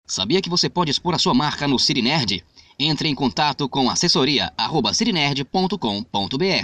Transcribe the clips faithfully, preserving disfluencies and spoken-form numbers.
Sabia que você pode expor a sua marca no Cirinerd? Entre em contato com assessoria arroba cirinerd ponto com ponto br.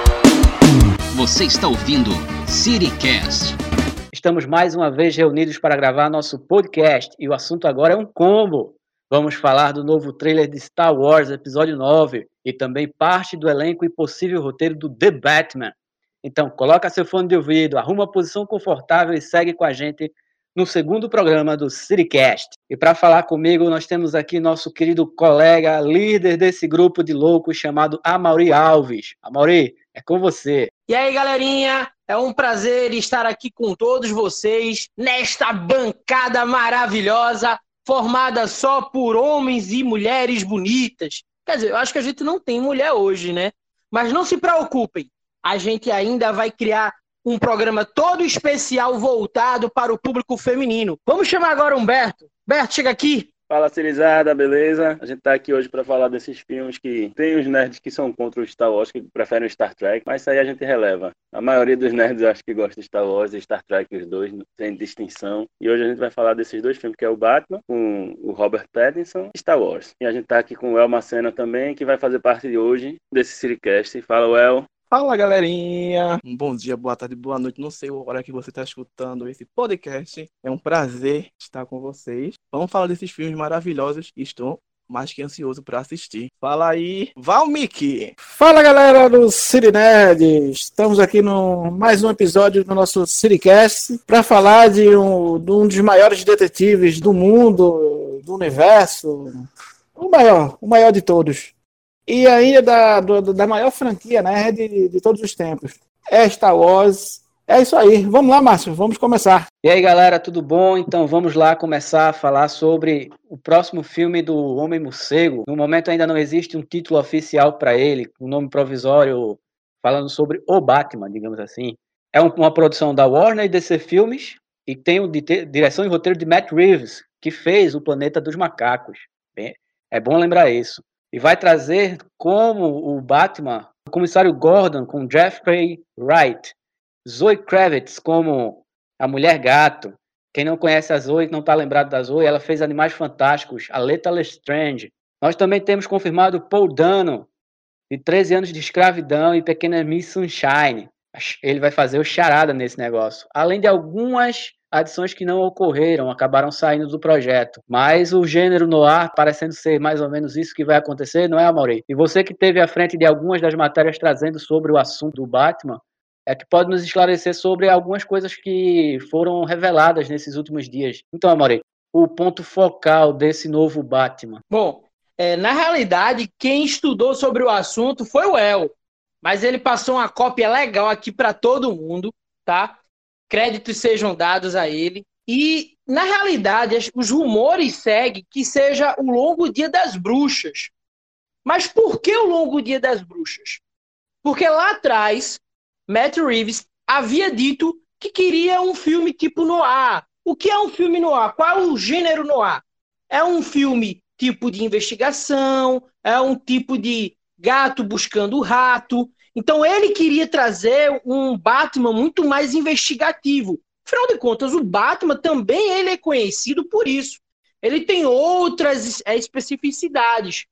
Você está ouvindo Citicast. Estamos mais uma vez reunidos para gravar nosso podcast e o assunto agora é um combo. Vamos falar do novo trailer de Star Wars Episódio nove e também parte do elenco e possível roteiro do The Batman. Então, coloca seu fone de ouvido, arruma uma posição confortável e segue com a gente no segundo programa do Citicast. E para falar comigo, nós temos aqui nosso querido colega, líder desse grupo de loucos chamado Amaury Alves. Amaury, é com você. E aí, galerinha, é um prazer estar aqui com todos vocês nesta bancada maravilhosa, formada só por homens e mulheres bonitas. Quer dizer, eu acho que a gente não tem mulher hoje, né? Mas não se preocupem, a gente ainda vai criar um programa todo especial voltado para o público feminino. Vamos chamar agora o Humberto. Humberto, chega aqui. Fala, Cirizada, beleza? A gente tá aqui hoje para falar desses filmes que tem os nerds que são contra o Star Wars, que preferem o Star Trek, mas isso aí a gente releva. A maioria dos nerds eu acho que gosta de Star Wars e Star Trek, os dois, sem distinção. E hoje a gente vai falar desses dois filmes, que é o Batman, com o Robert Pattinson, e Star Wars. E a gente tá aqui com o El Macena também, que vai fazer parte de hoje desse Citicast. Fala, El. Fala, galerinha! Um bom dia, boa tarde, boa noite. Não sei a hora que você está escutando esse podcast. É um prazer estar com vocês. Vamos falar desses filmes maravilhosos e estou mais que ansioso para assistir. Fala aí, Valmiki! Fala, galera do Cirinerd! Estamos aqui no mais um episódio do nosso Citicast para falar de um, de um dos maiores detetives do mundo, do universo. O maior, o maior de todos. E ainda da, do, da maior franquia, né, de, de todos os tempos. É Star Wars. É isso aí. Vamos lá, Márcio. Vamos começar. E aí, galera, tudo bom? Então vamos lá começar a falar sobre o próximo filme do Homem-Morcego. No momento ainda não existe um título oficial para ele, um nome provisório falando sobre o Batman, digamos assim. É um, uma produção da Warner e D C Filmes e tem o de, direção e roteiro de Matt Reeves, que fez O Planeta dos Macacos. Bem, é bom lembrar isso. E vai trazer como o Batman, o comissário Gordon com Jeffrey Wright, Zoe Kravitz como a Mulher Gato. Quem não conhece a Zoe, não está lembrado da Zoe, ela fez Animais Fantásticos, a Leta Lestrange. Nós também temos confirmado Paul Dano, de treze anos de escravidão e Pequena Miss Sunshine. Ele vai fazer o charada nesse negócio. Além de algumas adições que não ocorreram, acabaram saindo do projeto. Mas o gênero noir parecendo ser mais ou menos isso que vai acontecer, não é, Amaury? E você que esteve à frente de algumas das matérias trazendo sobre o assunto do Batman, é que pode nos esclarecer sobre algumas coisas que foram reveladas nesses últimos dias. Então, Amaury, o ponto focal desse novo Batman. Bom, é, na realidade, quem estudou sobre o assunto foi o El, mas ele passou uma cópia legal aqui para todo mundo, tá? Créditos sejam dados a ele. E, na realidade, os rumores seguem que seja o Longo Dia das Bruxas. Mas por que o Longo Dia das Bruxas? Porque lá atrás, Matt Reeves havia dito que queria um filme tipo noir. O que é um filme noir? Qual é o gênero noir? É um filme tipo de investigação, é um tipo de gato buscando o rato. Então ele queria trazer um Batman muito mais investigativo. Afinal de contas, o Batman também ele é conhecido por isso. Ele tem outras especificidades,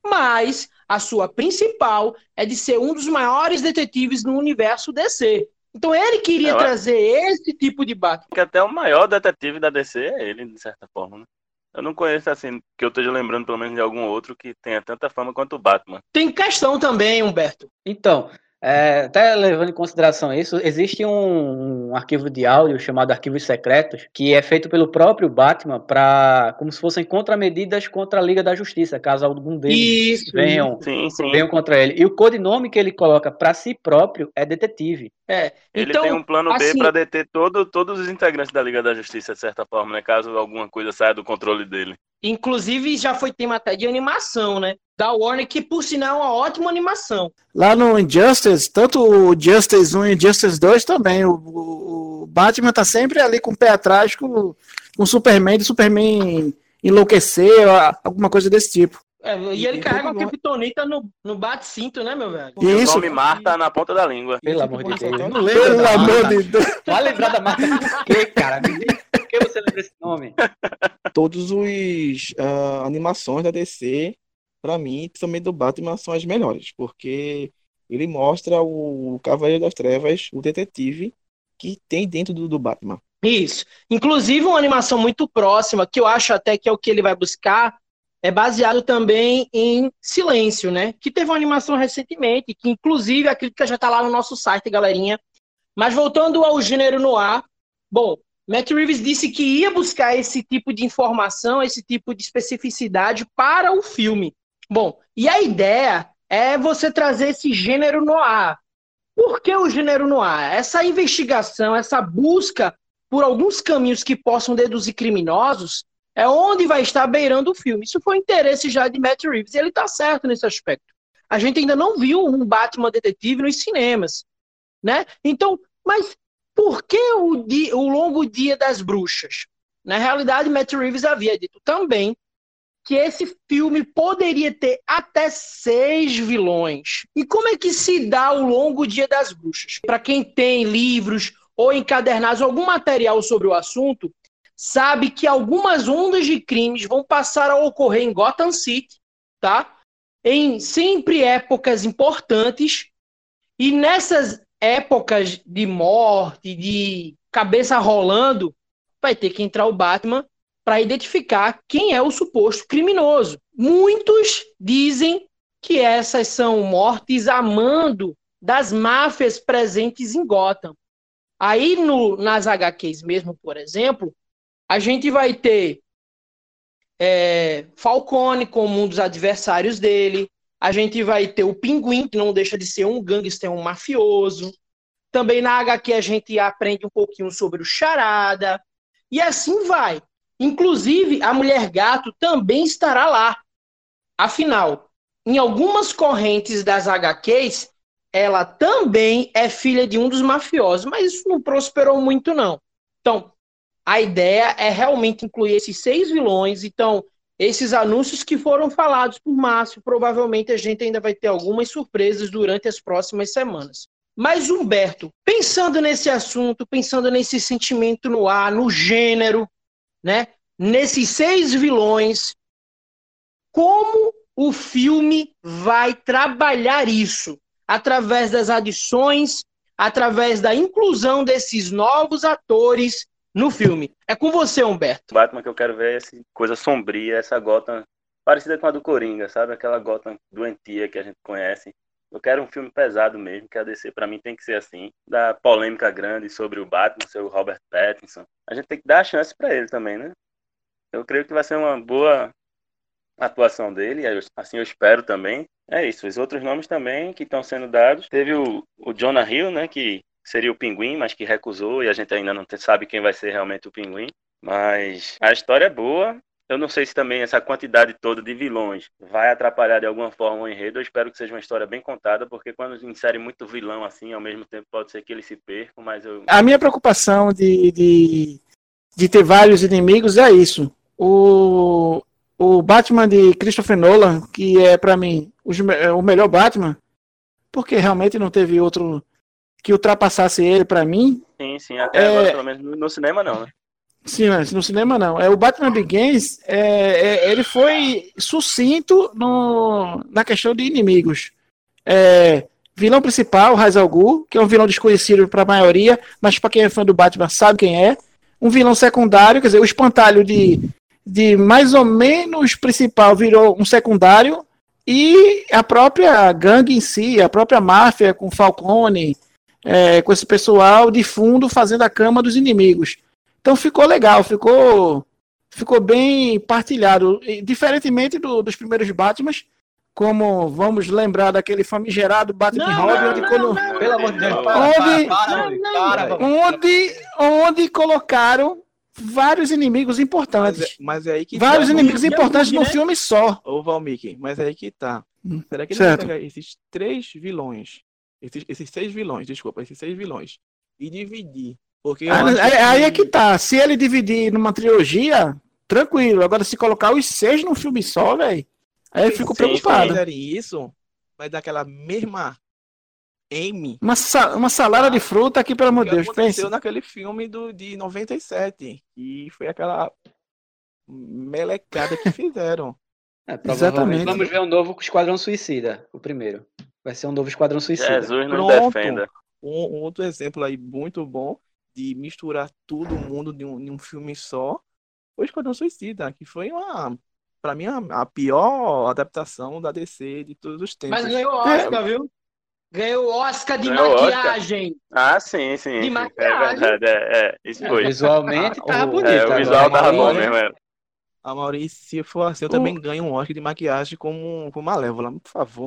mas a sua principal é de ser um dos maiores detetives no universo D C. Então ele queria é, trazer esse tipo de Batman. Que até o maior detetive da D C é ele, de certa forma, né? Eu não conheço, assim, que eu esteja lembrando pelo menos de algum outro que tenha tanta fama quanto o Batman. Tem questão também, Humberto. Então, é, até levando em consideração isso, existe um, um arquivo de áudio chamado Arquivos Secretos, que é feito pelo próprio Batman para, como se fossem contramedidas contra a Liga da Justiça, caso algum deles isso, venham, sim, sim. venham contra ele. E o codinome que ele coloca para si próprio é Detetive. É, ele então, tem um plano B assim, para deter todo, todos os integrantes da Liga da Justiça, de certa forma, né? Caso alguma coisa saia do controle dele. Inclusive, já foi tema até de animação, né? Da Warner, que por sinal é uma ótima animação. Lá no Injustice, tanto o Justice um e o Justice dois também, o, o Batman tá sempre ali com o pé atrás com o Superman, de Superman enlouquecer, alguma coisa desse tipo. É, e ele carrega a Kryptonita no, no bate-cinto, né, meu velho? E o nome Marta na ponta da língua. Pelo amor de Deus. Pelo amor de Deus. Vai lembrar da Marta por quê, cara? Por que você você lembra esse nome? Todos os uh, animações da D C, pra mim, principalmente do Batman, são as melhores, porque ele mostra o Cavaleiro das Trevas, o detetive que tem dentro do, do Batman. Isso. Inclusive, uma animação muito próxima, que eu acho até que é o que ele vai buscar, é baseado também em Silêncio, né? Que teve uma animação recentemente, que inclusive a crítica já está lá no nosso site, galerinha. Mas voltando ao gênero noir, bom, Matt Reeves disse que ia buscar esse tipo de informação, esse tipo de especificidade para o filme. Bom, e a ideia é você trazer esse gênero noir. Por que o gênero noir? Essa investigação, essa busca por alguns caminhos que possam deduzir criminosos, é onde vai estar beirando o filme. Isso foi o interesse já de Matt Reeves, e ele está certo nesse aspecto. A gente ainda não viu um Batman detetive nos cinemas, né? Então, mas por que o, dia, o longo dia das bruxas? Na realidade, Matt Reeves havia dito também que esse filme poderia ter até seis vilões. E como é que se dá o longo dia das bruxas? Para quem tem livros ou encadernados, algum material sobre o assunto, sabe que algumas ondas de crimes vão passar a ocorrer em Gotham City, tá? Em sempre épocas importantes, e nessas épocas de morte, de cabeça rolando, vai ter que entrar o Batman para identificar quem é o suposto criminoso. Muitos dizem que essas são mortes a mando das máfias presentes em Gotham. Aí no, nas agá quês mesmo, por exemplo, a gente vai ter é, Falcone como um dos adversários dele, a gente vai ter o Pinguim, que não deixa de ser um gangster, um mafioso. Também na agá quê a gente aprende um pouquinho sobre o Charada, e assim vai. Inclusive, a Mulher Gato também estará lá. Afinal, em algumas correntes das agá quês, ela também é filha de um dos mafiosos, mas isso não prosperou muito, não. Então, a ideia é realmente incluir esses seis vilões. Então, esses anúncios que foram falados por Márcio, provavelmente a gente ainda vai ter algumas surpresas durante as próximas semanas. Mas, Humberto, pensando nesse assunto, pensando nesse sentimento no ar, no gênero, né, nesses seis vilões, como o filme vai trabalhar isso? Através das adições, através da inclusão desses novos atores no filme. É com você, Humberto. O Batman que eu quero ver é essa coisa sombria, essa Gotham parecida com a do Coringa, sabe? Aquela Gotham doentia que a gente conhece. Eu quero um filme pesado mesmo, que a D C pra mim tem que ser assim. Da polêmica grande sobre o Batman, seu Robert Pattinson. A gente tem que dar a chance pra ele também, né? Eu creio que vai ser uma boa atuação dele, assim eu espero também. É isso, os outros nomes também que estão sendo dados. Teve o, o Jonah Hill, né, que seria o Pinguim, mas que recusou, e a gente ainda não sabe quem vai ser realmente o Pinguim. Mas a história é boa. Eu não sei se também essa quantidade toda de vilões vai atrapalhar de alguma forma o enredo. Eu espero que seja uma história bem contada, porque quando insere muito vilão assim, ao mesmo tempo pode ser que ele se perca, mas eu... A minha preocupação de, de, de ter vários inimigos é isso. O... O Batman de Christopher Nolan, que é, pra mim, os, o melhor Batman, porque realmente não teve outro que ultrapassasse ele, pra mim. Sim, sim, até é... agora, pelo menos no cinema não, né? Sim, mas no cinema não. É, o Batman Begins, é, é, ele foi sucinto no, na questão de inimigos. É, vilão principal, Ra's al Ghul, que é um vilão desconhecido pra maioria, mas pra quem é fã do Batman sabe quem é. Um vilão secundário, quer dizer, o espantalho de... de mais ou menos principal virou um secundário, e a própria gangue em si, a própria máfia com Falcone, é, com esse pessoal de fundo fazendo a cama dos inimigos. Então ficou legal, ficou, ficou bem partilhado, e, diferentemente do, dos primeiros Batmans, como vamos lembrar daquele famigerado Batman Não, Robin, não, onde, não, quando, não, Pelo amor de Deus, onde, para, para, para, para, para. onde, onde colocaram vários inimigos importantes. Mas é, mas é aí que Vários tá, inimigos Valmir, importantes né? num filme só. Ô, Valmir, mas é aí que tá. Hum, Será que ele certo. vai pegar esses três vilões, esses, esses seis vilões, desculpa, esses seis vilões, e dividir? Porque eu Ah, acho aí, aí é que tá. Se ele dividir numa trilogia, tranquilo. Agora, se colocar os seis num filme só, velho, aí eu fico se eles preocupado. fizerem isso, vai dar aquela mesma M. Uma, sa uma salada de fruta aqui, pelo amor de Deus. Aconteceu naquele filme do, de noventa e sete. E foi aquela melecada que fizeram. É, provavelmente Exatamente. vamos ver um novo Esquadrão Suicida, o primeiro. Vai ser um novo Esquadrão Suicida. Jesus nos Pronto. defenda. Um, um outro exemplo aí muito bom de misturar todo mundo de um, de um filme só foi Esquadrão Suicida, que foi uma, pra mim, a, a pior adaptação da D C de todos os tempos. Mas ganhou Oscar, viu? Ganhou Oscar de Ganhou Oscar? maquiagem. Ah, sim, sim. De sim. maquiagem. É verdade, é, é. Isso É, foi. visualmente Ah, tava o- bonito. É, o agora. visual tava bom Maria- mesmo. era. A Maurício, se for assim, eu O- também ganho um Oscar de maquiagem como, como Malévola, por favor.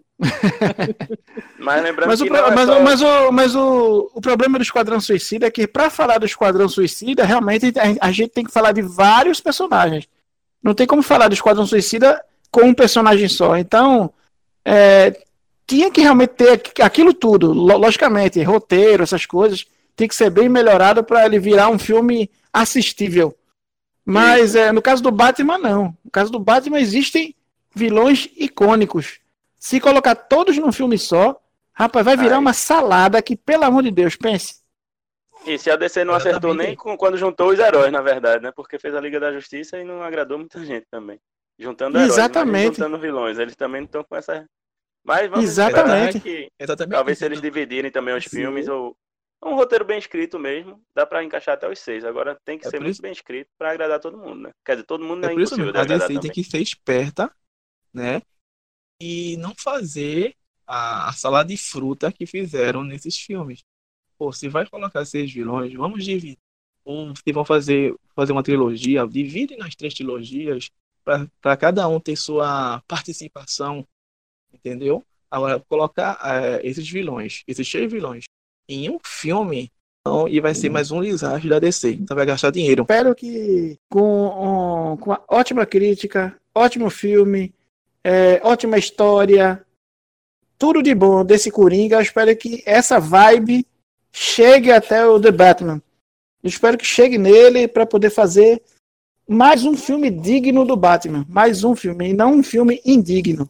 Mas lembrando Mas, o, que pro- não é mas, só... o, mas, o, mas o, o problema do Esquadrão Suicida é que, para falar do Esquadrão Suicida, realmente a, a gente tem que falar de vários personagens. Não tem como falar do Esquadrão Suicida com um personagem só. Então, é, tinha que realmente ter aqu- aquilo tudo. Lo- Logicamente, roteiro, essas coisas, tem que ser bem melhorado para ele virar um filme assistível. Mas é, no caso do Batman, não. No caso do Batman, existem vilões icônicos. Se colocar todos num filme só, rapaz, vai virar Ai. uma salada que, pelo amor de Deus, pense. E se a D C não acertou Exatamente. nem com, quando juntou os heróis, na verdade, né? Porque fez a Liga da Justiça e não agradou muita gente também. Juntando heróis, Exatamente. mas juntando vilões. Eles também não estão com essa... Mas vamos Exatamente. esperar que Exatamente. talvez se isso. eles dividirem também os Sim. filmes, ou um roteiro bem escrito mesmo, dá pra encaixar até os seis. Agora tem que É ser por muito isso- bem escrito pra agradar todo mundo, né? Quer dizer, todo mundo É é por isso impossível mesmo, de a agradar D C tem também. que ser esperta, né? E não fazer a, a salada de fruta que fizeram nesses filmes. Pô, se vai colocar seis vilões, vamos dividir. Ou se vão fazer, fazer uma trilogia, dividem nas três trilogias para cada um ter sua participação, entendeu? Agora, colocar eh, esses vilões, esses seis vilões, em um filme, não, e vai ser mais um desastre da D C. Então vai gastar dinheiro. Espero que com, um, com uma ótima crítica, ótimo filme, é, ótima história, tudo de bom desse Coringa, eu espero que essa vibe chegue até o The Batman. Eu espero que chegue nele para poder fazer mais um filme digno do Batman. Mais um filme, e não um filme indigno.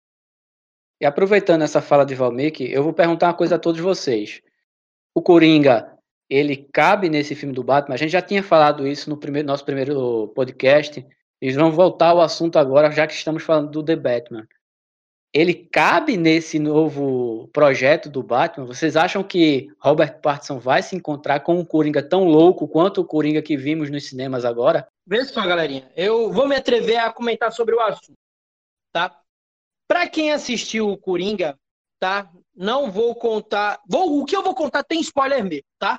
E aproveitando essa fala de Valmik, eu vou perguntar uma coisa a todos vocês. O Coringa, ele cabe nesse filme do Batman? A gente já tinha falado isso no primeiro, nosso primeiro podcast. E vamos voltar ao assunto agora, já que estamos falando do The Batman. Ele cabe nesse novo projeto do Batman? Vocês acham que Robert Pattinson vai se encontrar com um Coringa tão louco quanto o Coringa que vimos nos cinemas agora? Vê só, galerinha. Eu vou me atrever a comentar sobre o assunto, tá? Pra quem assistiu o Coringa, tá? Não vou contar... Vou, o que eu vou contar tem spoiler mesmo, tá?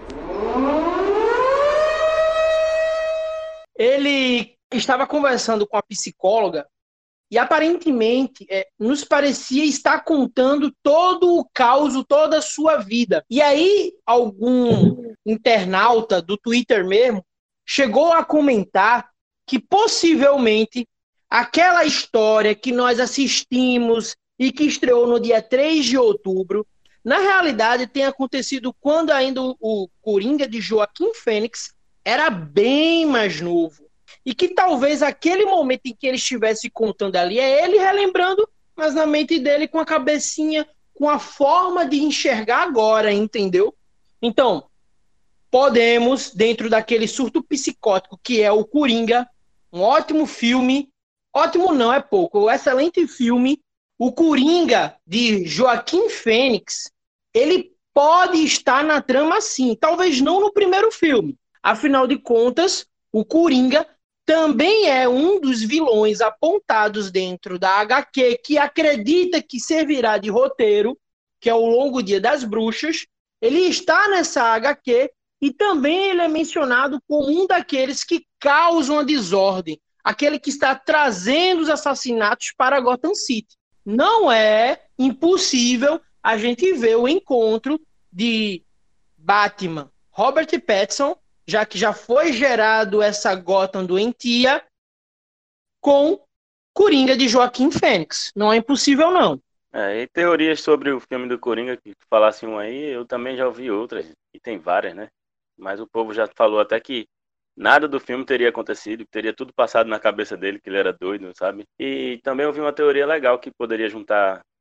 Ele estava conversando com a psicóloga e aparentemente é, nos parecia estar contando todo o caos, toda a sua vida. E aí algum internauta do Twitter mesmo chegou a comentar que possivelmente aquela história que nós assistimos e que estreou no dia três de outubro, na realidade tem acontecido quando ainda o Coringa de Joaquim Fênix era bem mais novo. E que talvez aquele momento em que ele estivesse contando ali é ele relembrando, mas na mente dele com a cabecinha, com a forma de enxergar agora, entendeu? Então, podemos, dentro daquele surto psicótico que é o Coringa, um ótimo filme, ótimo não, é pouco, um excelente filme, o Coringa de Joaquim Fênix, ele pode estar na trama sim, talvez não no primeiro filme. Afinal de contas, o Coringa também é um dos vilões apontados dentro da agá quê que acredita que servirá de roteiro, que é o Longo Dia das Bruxas. Ele está nessa agá quê e também ele é mencionado como um daqueles que causam a desordem, aquele que está trazendo os assassinatos para Gotham City. Não é impossível a gente ver o encontro de Batman, Robert Pattinson, já que já foi gerado essa Gotham doentia, com Coringa de Joaquim Fênix. Não é impossível, não. É, e teorias sobre o filme do Coringa, que falasse um aí, eu também já ouvi outras, e tem várias, né? Mas o povo já falou até que nada do filme teria acontecido, que teria tudo passado na cabeça dele, que ele era doido, sabe? E também ouvi uma teoria legal que poderia juntar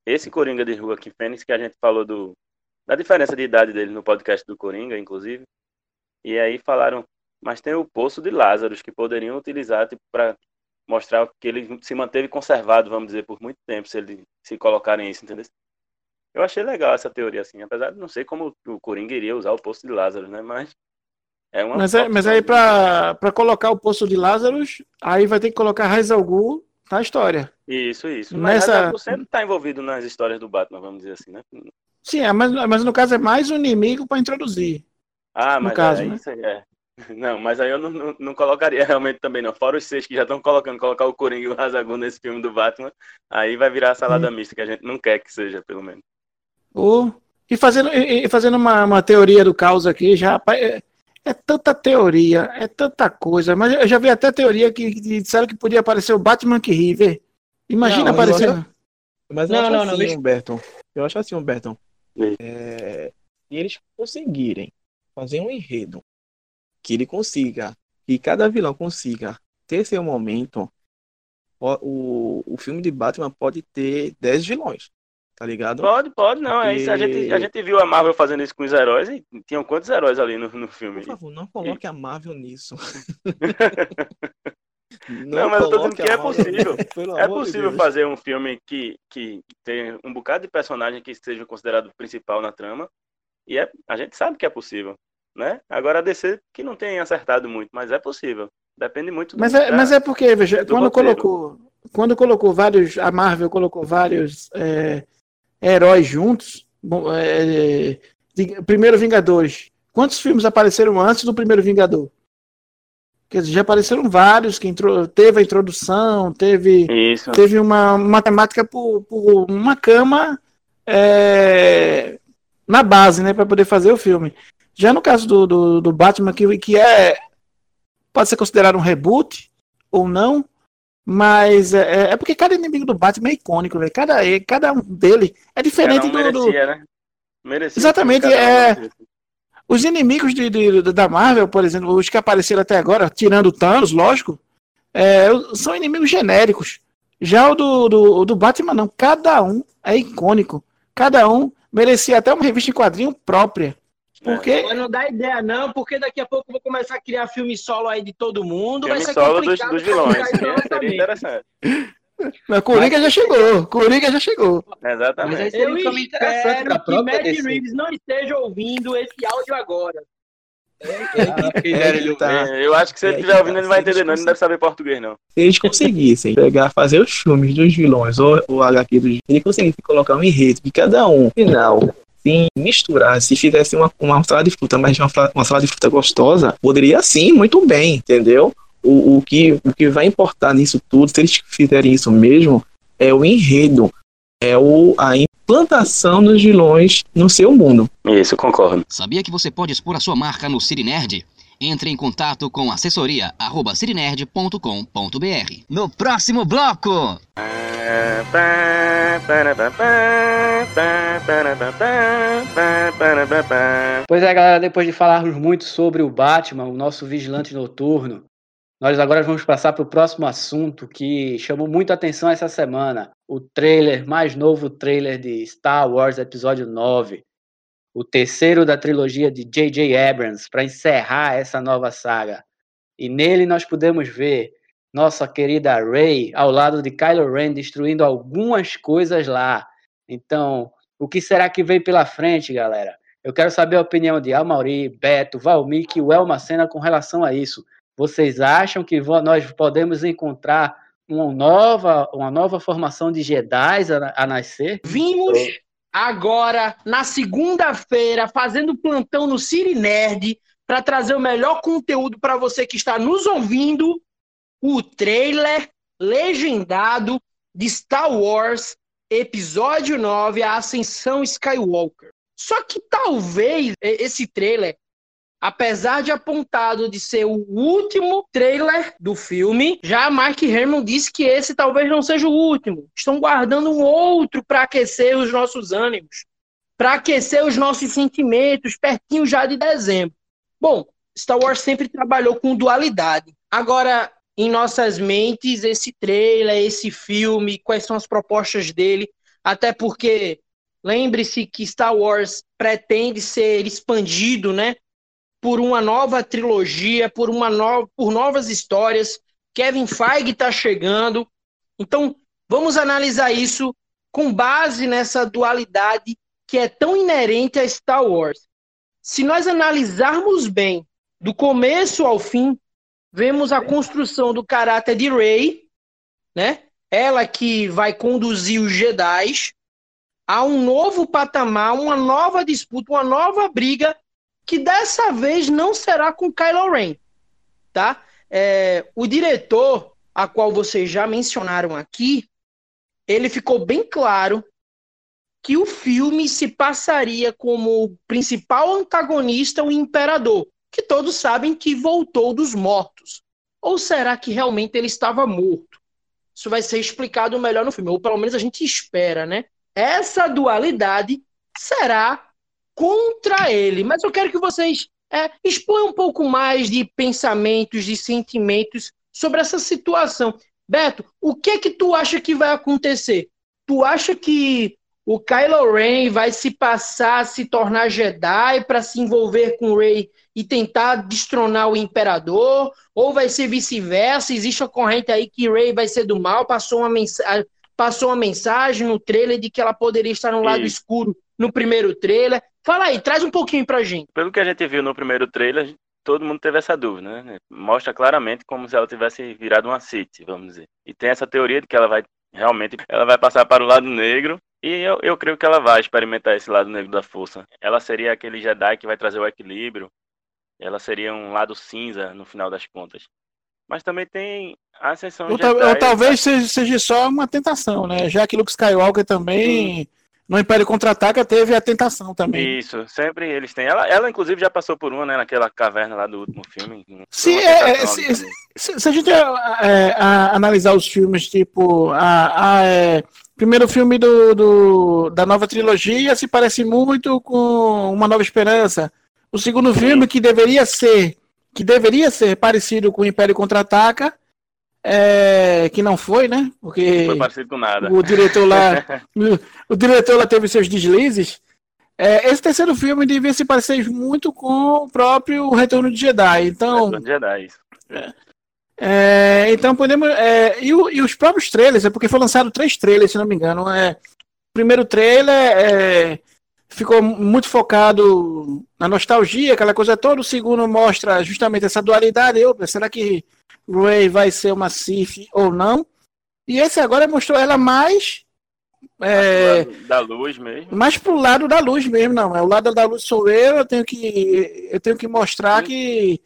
esse Coringa de Joaquin Phoenix, que a gente falou do, da diferença de idade dele no podcast do Coringa, inclusive, e aí falaram, mas tem o Poço de Lázaro, que poderiam utilizar tipo, para mostrar que ele se manteve conservado, vamos dizer, por muito tempo, se ele se colocarem isso, entendeu? Eu achei legal essa teoria, assim, apesar de não sei como o Coringa iria usar o Poço de Lázaro, né, mas é uma... Mas, é, mas aí pra, pra colocar o Poço de Lázaro, aí vai ter que colocar Ra's al Ghul na história. Isso, isso. Mas Nessa... Ra's al Ghul sempre tá envolvido nas histórias do Batman, vamos dizer assim, né? Sim, é, mas, mas no caso é mais um inimigo para introduzir. Ah, mas no caso, é, né? isso aí é. Não, mas aí eu não, não, não colocaria realmente também não. Fora os seis que já estão colocando, colocar o Coringa e o Ra's al Ghul nesse filme do Batman, aí vai virar a salada hum. mista, que a gente não quer que seja, pelo menos. Oh, e fazendo, e fazendo uma, uma teoria do caos aqui, já é, é tanta teoria, é tanta coisa, mas eu já vi até teoria que, que disseram que podia aparecer o Batman que ri, vê? Imagina não, aparecendo. Acho, mas eu não, acho não, assim, não, Humberto. Eu acho assim, Humberto. É, se eles conseguirem fazer um enredo que ele consiga, que cada vilão consiga ter seu momento, o, o, o filme de Batman pode ter dez vilões. Tá ligado? Pode, pode, não. Porque... É isso. A, gente, a gente viu a Marvel fazendo isso com os heróis e tinham quantos heróis ali no, no filme? Por favor, não coloque e... a Marvel nisso. não, não, mas eu tô dizendo que é possível. É possível de fazer um filme que, que tem um bocado de personagem que seja considerado principal na trama. E é, a gente sabe que é possível, né? Agora a D C que não tem acertado muito, mas é possível. Depende muito do Mas é, da, mas é porque, veja, quando roteiro. colocou, quando colocou vários, a Marvel colocou vários é, heróis juntos, bom, é, de, primeiro Vingadores. Quantos filmes apareceram antes do primeiro Vingador? Quer dizer, já apareceram vários, que entrou, teve a introdução, teve, Isso. teve uma, uma temática por, por uma cama é, na base, né, para poder fazer o filme. Já no caso do, do, do Batman, que, que é pode ser considerado um reboot ou não, mas é, é porque cada inimigo do Batman é icônico, véio. Cada, cada um dele é diferente um do, merecia, do... Né? Merecia, exatamente, é um os inimigos de, de, da Marvel, por exemplo, os que apareceram até agora, tirando o Thanos, lógico, é, são inimigos genéricos. Já o do, do, do Batman não, cada um é icônico, cada um merecia até uma revista em quadrinho própria. Porque... Mas não dá ideia não, porque daqui a pouco eu vou começar a criar filme solo aí de todo mundo. Filme vai ser solo dos, dos vilões, seria interessante. Mas Coringa já chegou, Coringa já chegou. Exatamente. Mas eu espero que Matt Reeves não esteja ouvindo esse áudio agora. É, é, é, tá. Eu acho que se ele estiver é ouvindo, tá. Ele não vai entender, não. Ele não deve saber português, não. Se eles conseguissem pegar, fazer os filmes dos vilões, ou o H Q dos vilões, se eles conseguissem colocar um enredo de cada um, final, sim, misturar, se fizesse uma, uma salada de fruta, mas uma, uma salada de fruta gostosa, poderia sim, muito bem, entendeu? O, o, que, o que vai importar nisso tudo, se eles fizerem isso mesmo, é o enredo, é o, a implantação dos vilões no seu mundo. Isso, concordo. Sabia que você pode expor a sua marca no Cirinerd? Entre em contato com assessoria arroba cirinerd ponto com ponto b r. No próximo bloco! Pois é, galera, depois de falarmos muito sobre o Batman, o nosso vigilante noturno, nós agora vamos passar para o próximo assunto que chamou muita atenção essa semana. O trailer, mais novo trailer de Star Wars Episódio nove. O terceiro da trilogia de J J Abrams, para encerrar essa nova saga. E nele nós podemos ver nossa querida Rey ao lado de Kylo Ren destruindo algumas coisas lá. Então, o que será que vem pela frente, galera? Eu quero saber a opinião de Amaury, Beto, Valmik e o Elma Sena com relação a isso. Vocês acham que nós podemos encontrar uma nova, uma nova formação de Jedi a, a nascer? Vimos agora, na segunda-feira, fazendo plantão no Cirinerd para trazer o melhor conteúdo para você que está nos ouvindo, o trailer legendado de Star Wars Episódio nove, A Ascensão Skywalker. Só que talvez esse trailer, apesar de apontado de ser o último trailer do filme, já Mark Hamill disse que esse talvez não seja o último. Estão guardando um outro para aquecer os nossos ânimos, para aquecer os nossos sentimentos, pertinho já de dezembro. Bom, Star Wars sempre trabalhou com dualidade. Agora, em nossas mentes, esse trailer, esse filme, quais são as propostas dele, até porque lembre-se que Star Wars pretende ser expandido, né, por uma nova trilogia, por, uma no... por novas histórias. Kevin Feige está chegando. Então, vamos analisar isso com base nessa dualidade que é tão inerente a Star Wars. Se nós analisarmos bem, do começo ao fim, vemos a construção do caráter de Rey, né? Ela que vai conduzir os Jedi a um novo patamar, uma nova disputa, uma nova briga, que dessa vez não será com Kylo Ren, tá? É, o diretor, a qual vocês já mencionaram aqui, ele ficou bem claro que o filme se passaria como principal antagonista o Imperador, que todos sabem que voltou dos mortos. Ou será que realmente ele estava morto? Isso vai ser explicado melhor no filme, ou pelo menos a gente espera, né? Essa dualidade será contra ele. Mas eu quero que vocês é, exponham um pouco mais de pensamentos, de sentimentos sobre essa situação. Beto, o que é que tu acha que vai acontecer? Tu acha que o Kylo Ren vai se passar a se tornar Jedi para se envolver com o Rey e tentar destronar o Imperador? Ou vai ser vice-versa? Existe a corrente aí que Rey vai ser do mal, passou uma, mensa- passou uma mensagem no trailer de que ela poderia estar no lado Isso. escuro no primeiro trailer. Fala aí, traz um pouquinho pra gente. Pelo que a gente viu no primeiro trailer, todo mundo teve essa dúvida, né? Mostra claramente como se ela tivesse virado uma Sith, vamos dizer. E tem essa teoria de que ela vai realmente ela vai passar para o lado negro. E eu, eu creio que ela vai experimentar esse lado negro da força. Ela seria aquele Jedi que vai trazer o equilíbrio. Ela seria um lado cinza no final das contas. Mas também tem a ascensão Ou, Jedi. ou talvez seja, seja só uma tentação, né? Já que Luke Skywalker também, Sim. no Império Contra-Ataca, teve a tentação também. Isso, sempre eles têm. Ela, ela inclusive, já passou por uma, né? Naquela caverna lá do último filme. Se, é, se, se, se, se a gente é, é, a, analisar os filmes, tipo... a, a é, primeiro filme do, do, da nova trilogia se parece muito com Uma Nova Esperança. O segundo filme, Sim. que deveria ser que deveria ser parecido com o Império Contra-Ataca, é, que não foi, né? Porque não foi parecido com nada. O diretor lá, o, o diretor lá teve seus deslizes. É, esse terceiro filme devia se parecer muito com o próprio Retorno de Jedi. Então, Retorno de Jedi, isso. É, é, então podemos. É, e, o, e os próprios trailers, é porque foi lançado três trailers, se não me engano. É, o primeiro trailer é, ficou muito focado na nostalgia, aquela coisa toda. O segundo mostra justamente essa dualidade. Eu, será que Rey vai ser uma Sith ou não? E esse agora mostrou ela mais. É, da luz mesmo. Mais pro lado da luz mesmo, não. É o lado da luz sou eu, eu tenho que, eu tenho que mostrar Sim. que.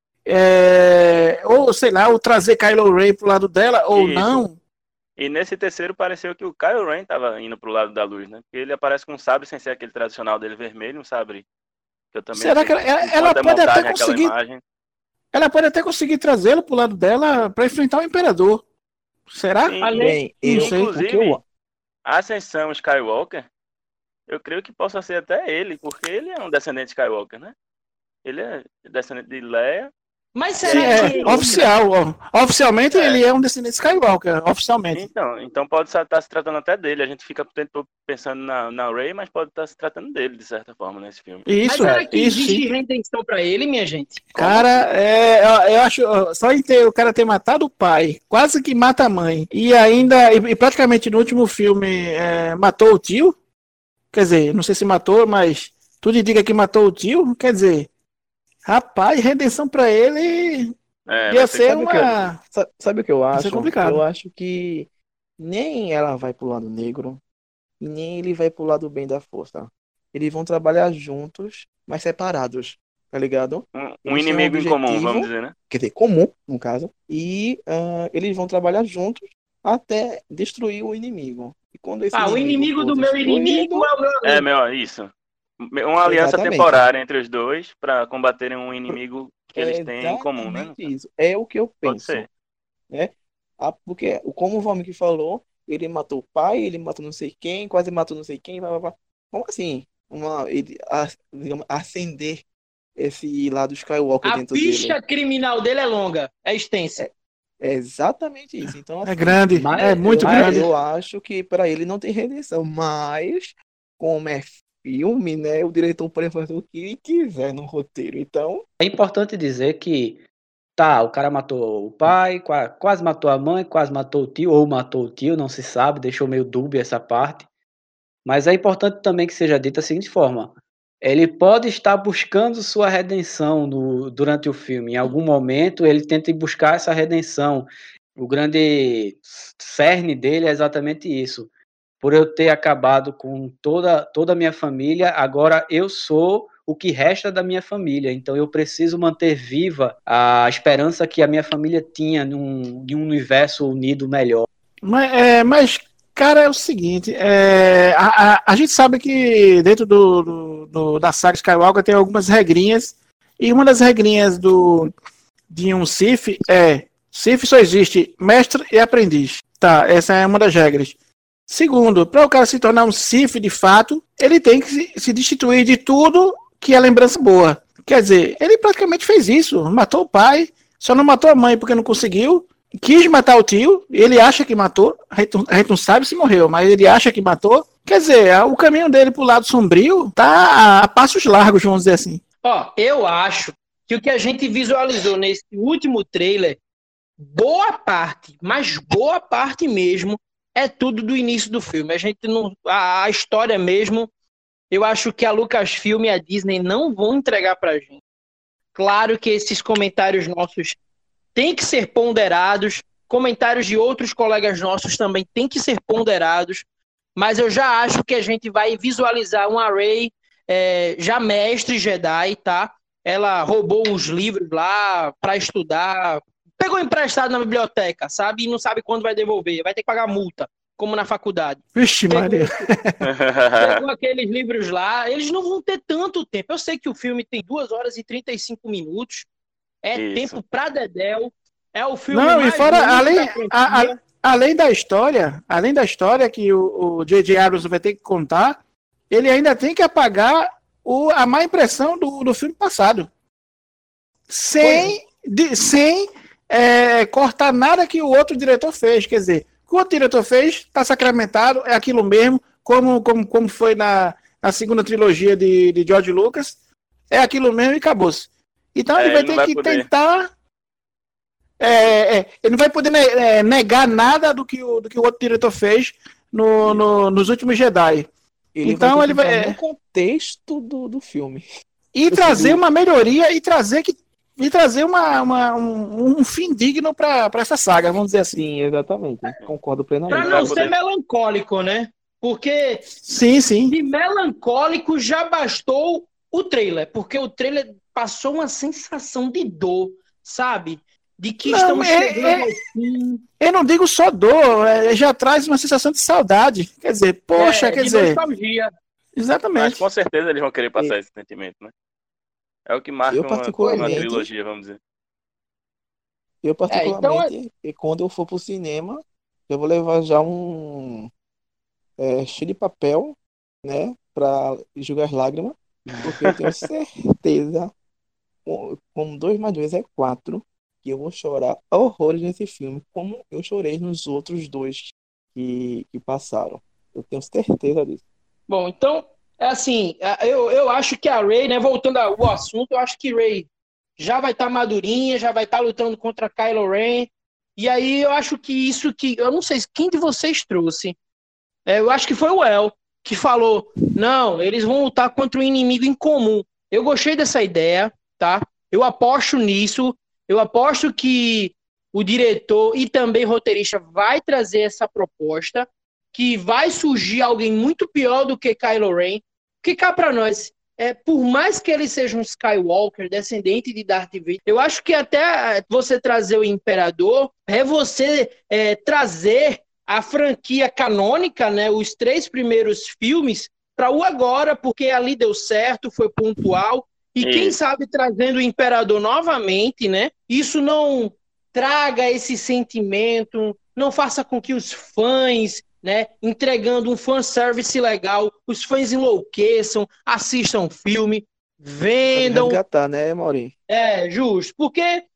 É, ou sei lá, ou trazer Kylo Ren pro lado dela, ou Isso. não. E nesse terceiro pareceu que o Kylo Ren tava indo pro lado da luz, né? Porque ele aparece com um sabre sem ser aquele tradicional dele vermelho, um sabre. Que eu também Será que ela, ela, ela pode até conseguir. Imagem. Ela pode até conseguir trazê-lo pro lado dela para enfrentar o Imperador. Será? Sim, Bem, eu, inclusive, eu... a Ascensão Skywalker, eu creio que possa ser até ele, porque ele é um descendente Skywalker, né? Ele é descendente de Leia. Mas será Sim, que... É, oficial, ó. Oficialmente é. ele é um descendente Skywalker, oficialmente. Então, então pode estar se tratando até dele. A gente fica pensando na, na Rey, mas pode estar se tratando dele, de certa forma, nesse filme. Isso, mas será que isso, existe sim. redenção pra ele, minha gente? Cara, é, eu, eu acho, só em ter o cara ter matado o pai, quase que mata a mãe, e ainda, e, e praticamente no último filme, é, matou o tio, quer dizer, não sei se matou, mas tudo indica que matou o tio, quer dizer, rapaz, redenção pra ele... É, ia ser sabe uma... O que eu, sabe o que eu acho? Ia ser complicado. Eu acho que nem ela vai pro lado negro, e nem ele vai pro lado bem da força. Eles vão trabalhar juntos, mas separados, tá ligado? Um, um inimigo um em comum, vamos dizer, né? Quer dizer, comum, no caso. E uh, eles vão trabalhar juntos até destruir o inimigo. E quando esse ah, inimigo o inimigo do meu inimigo é o meu amigo. É, meu, isso. Uma aliança Exatamente. temporária entre os dois para combaterem um inimigo que eles têm em comum, né? Isso. É o que eu penso. Pode ser. Né? Ah, porque, como o Valmir falou, ele matou o pai, ele matou não sei quem, quase matou não sei quem, blá, blá, blá. Como assim? Uma, ele, a, digamos, acender esse lado Skywalker a dentro dele. A ficha criminal dele é longa, é extensa. É, É exatamente isso. Então, assim, É grande, Mas- é muito mas- grande. eu acho que para ele não tem redenção, mas como é filme, né, o diretor pode fazer o que ele quiser no roteiro. Então, É importante dizer que, tá, o cara matou o pai, qua- quase matou a mãe, quase matou o tio, ou matou o tio, não se sabe, deixou meio dúbio essa parte. Mas é importante também que seja dito da seguinte forma: ele pode estar buscando sua redenção no- durante o filme. Em algum momento ele tenta ir buscar essa redenção. O grande cerne dele é exatamente isso. Por eu ter acabado com toda, toda a minha família, agora eu sou o que resta da minha família. Então eu preciso manter viva a esperança que a minha família tinha num, de um universo unido melhor. Mas, é, mas, cara, é o seguinte, é, a, a, a gente sabe que dentro do, do- do- da saga Skywalker tem algumas regrinhas, e uma das regrinhas do, de um Sith é, Sith só existe mestre e aprendiz. Tá, essa é uma das regras. Segundo, para o cara se tornar um Sith de fato, ele tem que se, se destituir de tudo que é lembrança boa. Quer dizer, ele praticamente fez isso, matou o pai, só não matou a mãe porque não conseguiu, quis matar o tio, ele acha que matou, a gente, a gente não sabe se morreu, mas ele acha que matou. Quer dizer, o caminho dele pro lado sombrio tá a, a passos largos, vamos dizer assim. Ó, eu acho que o que a gente visualizou nesse último trailer, boa parte, mas boa parte mesmo, é tudo do início do filme. A gente não, a, a história mesmo, eu acho que a Lucasfilm e a Disney não vão entregar pra gente. Claro que esses comentários nossos têm que ser ponderados, comentários de outros colegas nossos também têm que ser ponderados, mas eu já acho que a gente vai visualizar uma Rey é, já mestre Jedi, tá? Ela roubou uns livros lá para estudar, pegou emprestado na biblioteca, sabe? E não sabe quando vai devolver, vai ter que pagar multa, como na faculdade. Vixe, Maria. Pegou aqueles livros lá, eles não vão ter tanto tempo. Eu sei que o filme tem duas horas e trinta e cinco minutos, é Isso. tempo pra dedéu, é o filme Não, e mais fora, longo além, da franquia. a- a- além da história, além da história que o o J J Abrams vai ter que contar, ele ainda tem que apagar o, a má impressão do, do filme passado. Sem, de- sem é, cortar nada que o outro diretor fez. Quer dizer, o que o outro diretor fez está sacramentado, é aquilo mesmo, como, como, como foi na, na segunda trilogia de, de George Lucas, é aquilo mesmo e acabou-se. Então É, ele vai ele não ter vai que poder. tentar. É, é, ele não vai poder ne- é, negar nada do que o, do que o outro diretor fez no, no- nos últimos Jedi. ele Então, vai ter ele que vai- entrar no contexto do, do filme. E Eu trazer sei. uma melhoria e trazer, que, e trazer uma, uma- um, um fim digno para essa saga, vamos dizer assim. Sim, exatamente. Concordo Pra plenamente. não vai ser poder. melancólico, né? Porque Sim, sim. de melancólico já bastou o trailer, porque o trailer passou uma sensação de dor, sabe? De que Não, estamos é- chegando é- ao fim. Eu não digo só dor, é, já traz uma sensação de saudade. Quer dizer, poxa, é, quer de dizer, nostalgia. Mas exatamente. com certeza eles vão querer passar esse sentimento, né? É o que marca Eu, uma, uma particularmente- trilogia, vamos dizer. Eu, então, particularmente, e quando eu for pro cinema, eu vou levar já um é, cheio de papel, né, pra enxugar as lágrimas, porque eu tenho certeza, com com dois mais dois é quatro, que eu vou chorar horrores nesse filme, como eu chorei nos outros dois que, que passaram. Eu tenho certeza disso. Bom, então, é assim, a- eu, eu acho que a Rey, né, voltando ao assunto, eu acho que Rey já vai estar madurinha, já vai estar lutando contra Kylo Ren, e aí eu acho que isso que, eu não sei quem de vocês trouxe, é, eu acho que foi o El, que falou, não, eles vão lutar contra um inimigo em comum. Eu gostei dessa ideia, tá? Eu aposto nisso, eu aposto que o diretor e também roteirista vai trazer essa proposta, que vai surgir alguém muito pior do que Kylo Ren, que cá pra nós, é, por mais que ele seja um Skywalker, descendente de Darth Vader, eu acho que até você trazer o Imperador é você é, trazer a franquia canônica, né, os três primeiros filmes, para o agora, porque ali deu certo, foi pontual, e quem Isso. sabe trazendo o Imperador novamente, né, isso não traga esse sentimento, não faça com que os fãs, né, entregando um fanservice legal, os fãs enlouqueçam, assistam o filme, vendam. Resgatar, né, Maurinho? É, justo. Porque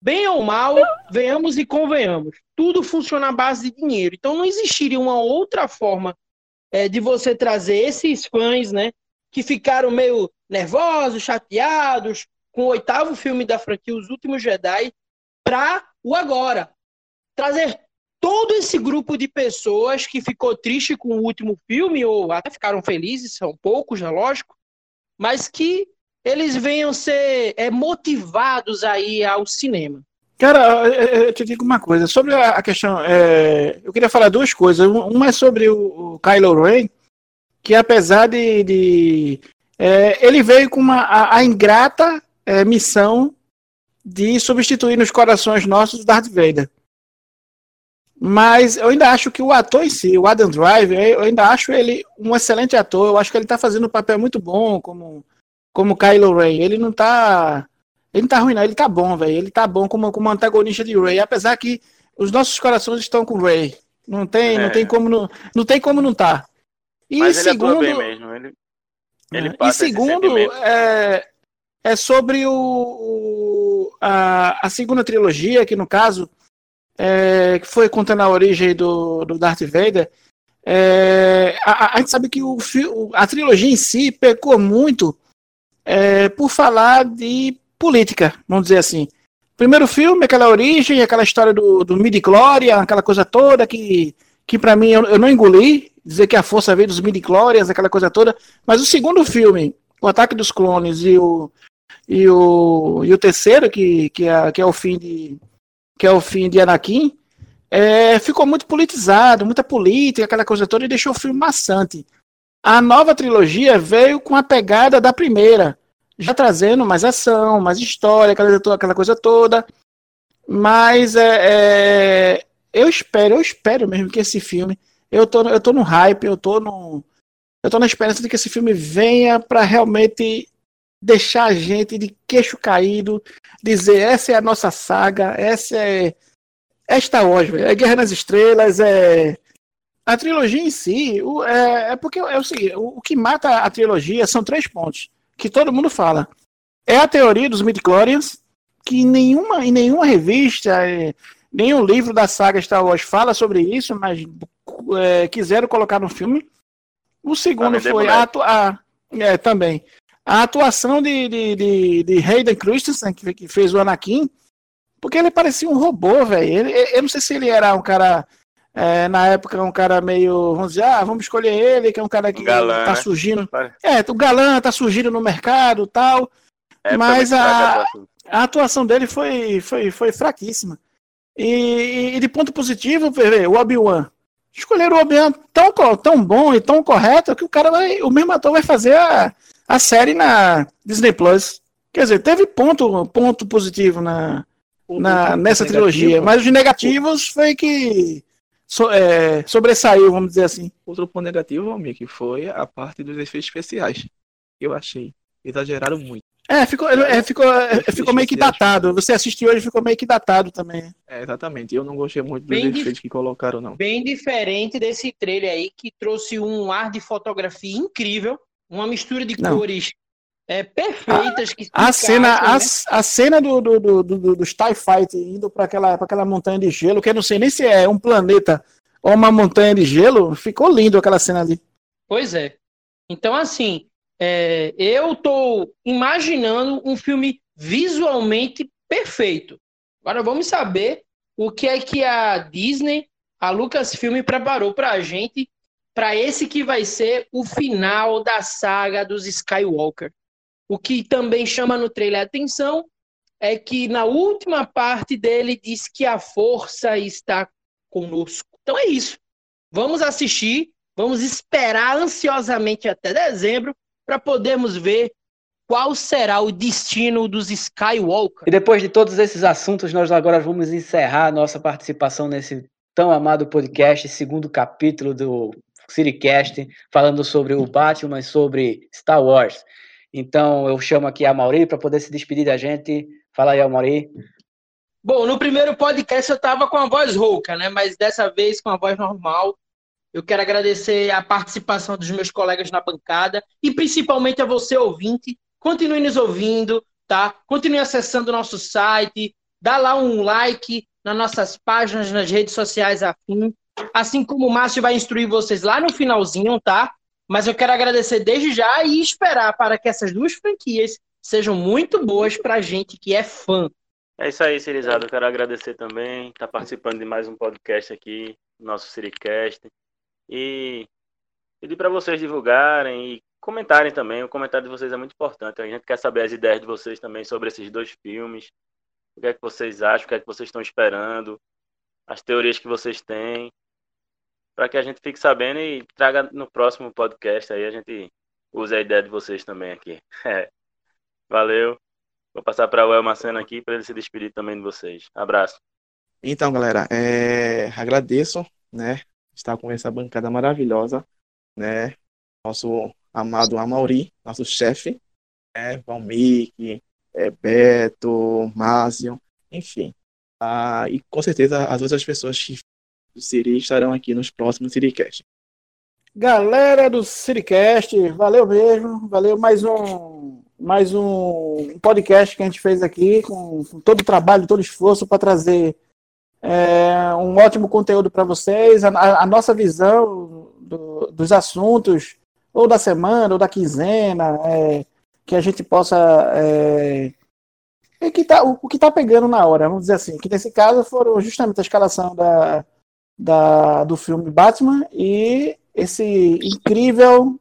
bem ou mal, venhamos e convenhamos, tudo funciona à base de dinheiro. Então não existiria uma outra forma é, de você trazer esses fãs, né, que ficaram meio nervosos, chateados com o oitavo filme da franquia, Os Últimos Jedi, para o agora. Trazer todo esse grupo de pessoas que ficou triste com o último filme, ou até ficaram felizes, são poucos, é lógico, mas que eles venham ser é, motivados aí ao cinema. Cara, eu te digo uma coisa, sobre a questão, é, eu queria falar duas coisas. Uma é sobre o, o Kylo Ren, que apesar de... de é, ele veio com uma, a, a ingrata é, missão de substituir nos corações nossos o Darth Vader. Mas eu ainda acho que o ator em si, o Adam Driver, eu ainda acho ele um excelente ator. Eu acho que ele está fazendo um papel muito bom como, como Kylo Ren. Ele não tá... Ele não tá ruim, não. Ele tá bom, velho. Ele tá bom como, como antagonista de Rey. Apesar que os nossos corações estão com Rey. Não tem, é. não tem como não, não tem como não tá. E Mas ele segundo, atua bem mesmo. Ele, ele é, passa e segundo, é, é sobre o, o a, a segunda trilogia, que no caso é, que foi contando a origem do, do Darth Vader. É, a, a gente sabe que o, a trilogia em si pecou muito é, por falar de política, vamos dizer assim. Primeiro filme, aquela origem, aquela história do, do midi-chlorian, aquela coisa toda que, que para mim eu, eu não engoli, dizer que a força veio dos midi-chlorians, aquela coisa toda, mas o segundo filme, o Ataque dos Clones e o, e o, e o terceiro, que, que, é, que, é o fim de, que é o fim de Anakin, é, ficou muito politizado, muita política, aquela coisa toda, e deixou o filme maçante. A nova trilogia veio com a pegada da primeira, já trazendo mais ação, mais história, aquela, aquela coisa toda. Mas é, é, eu espero, eu espero mesmo que esse filme, eu tô, eu tô no hype, eu tô no, eu tô na esperança de que esse filme venha para realmente deixar a gente de queixo caído, dizer, essa é a nossa saga, essa é, é Star Wars, é Guerra nas Estrelas, é a trilogia em si, o, é, é porque é o seguinte, o, o que mata a trilogia são três pontos que todo mundo fala. É a teoria dos midi-chlorians, que em nenhuma, em nenhuma revista, é, nenhum livro da saga Star Wars fala sobre isso, mas é, quiseram colocar no filme. O segundo foi a, a, é, também a atuação de, de, de, de Hayden Christensen, que, que fez o Anakin, porque ele parecia um robô, velho. Eu não sei se ele era um cara... É, na época um cara meio, vamos dizer, ah, vamos escolher ele, que é um cara que galã, tá né? surgindo. É, o galã tá surgindo no mercado e tal. É, mas a, a atuação dele foi, foi, foi fraquíssima. E, e de ponto positivo, o Obi-Wan. Escolheram o Obi-Wan tão, tão bom e tão correto que o cara vai, o mesmo ator vai fazer a, a série na Disney Plus. Quer dizer, teve ponto, ponto positivo na, na, nessa negativo. trilogia, mas os negativos foi que So, é, sobressaiu, vamos dizer assim. Outro ponto negativo, amigo, que foi a parte dos efeitos especiais. Eu achei. Exageraram muito. É, ficou, é, ficou, é, ficou meio que datado. Você assistiu hoje, ficou meio que datado também. É, exatamente. Eu não gostei muito dos bem efeitos que colocaram, não. Bem diferente desse trailer aí, que trouxe um ar de fotografia incrível, uma mistura de não. cores é, perfeitas. A, que a, cena, a, né? a cena do, do, do, do, dos TIE Fighter indo para aquela, pra aquela montanha de gelo, que eu não sei nem se é um planeta ou uma montanha de gelo, ficou lindo aquela cena ali. Pois é. Então, assim, é, eu tô imaginando um filme visualmente perfeito. Agora vamos saber o que é que a Disney, a Lucasfilm preparou pra gente, para esse que vai ser o final da saga dos Skywalker. O que também chama no trailer a atenção é que na última parte dele diz que a força está conosco. Então é isso. Vamos assistir, vamos esperar ansiosamente até dezembro para podermos ver qual será o destino dos Skywalker. E depois de todos esses assuntos, nós agora vamos encerrar a nossa participação nesse tão amado podcast, segundo capítulo do CityCast, falando sobre o Batman e sobre Star Wars. Então, eu chamo aqui a Mauri para poder se despedir da gente. Fala aí, Mauri. Bom, no primeiro podcast eu estava com a voz rouca, né? Mas dessa vez com a voz normal. Eu quero agradecer a participação dos meus colegas na bancada e principalmente a você, ouvinte. Continue nos ouvindo, tá? Continue acessando o nosso site, dá lá um like nas nossas páginas, nas redes sociais afim. Assim como o Márcio vai instruir vocês lá no finalzinho, tá? Mas eu quero agradecer desde já e esperar para que essas duas franquias sejam muito boas pra gente que é fã. É isso aí, Cirizado. Eu quero agradecer também, estar participando de mais um podcast aqui, nosso Siricast. E pedir para vocês divulgarem e comentarem também. O comentário de vocês é muito importante. A gente quer saber as ideias de vocês também sobre esses dois filmes. O que é que vocês acham, o que é que vocês estão esperando, as teorias que vocês têm, para que a gente fique sabendo e traga no próximo podcast aí, a gente use a ideia de vocês também aqui. É. Valeu. Vou passar para o El Macena aqui para ele se despedir também de vocês. Abraço. Então, galera, é... agradeço, né, estar com essa bancada maravilhosa, né, nosso amado Amauri, nosso chefe, né, Valmir, é, Beto, Márcio, enfim. Ah, e com certeza as outras pessoas que do Siri estarão aqui nos próximos Siricast. Galera do Siricast, valeu mesmo, valeu mais um mais um podcast que a gente fez aqui com, com todo o trabalho, todo o esforço para trazer é, um ótimo conteúdo para vocês, a, a nossa visão do, dos assuntos, ou da semana, ou da quinzena, é, que a gente possa é, é que tá, o, o que está pegando na hora, vamos dizer assim, que nesse caso foram justamente a escalação da, da, do filme Batman e esse incrível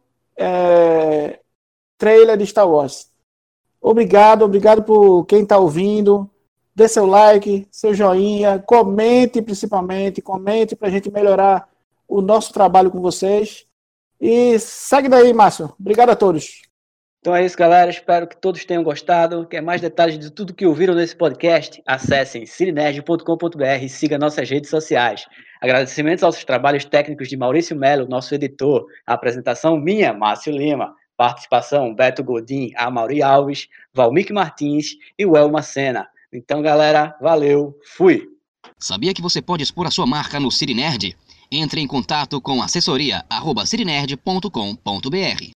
é, trailer de Star Wars. Obrigado, obrigado por quem está ouvindo. Dê seu like, seu joinha, comente principalmente, comente para a gente melhorar o nosso trabalho com vocês. E segue daí, Márcio. Obrigado a todos. Então é isso, galera. Espero que todos tenham gostado. Quer mais detalhes de tudo que ouviram nesse podcast? Acessem cirinerd ponto com ponto br e siga nossas redes sociais. Agradecimentos aos trabalhos técnicos de Maurício Melo, nosso editor. A apresentação minha, Márcio Lima. Participação, Beto Godin, Amaury Alves, Valmir Martins e o El Macena. Então, galera, valeu, fui! Sabia que você pode expor a sua marca no Cirinerd? Entre em contato com assessoria arroba cirinerd ponto com ponto br.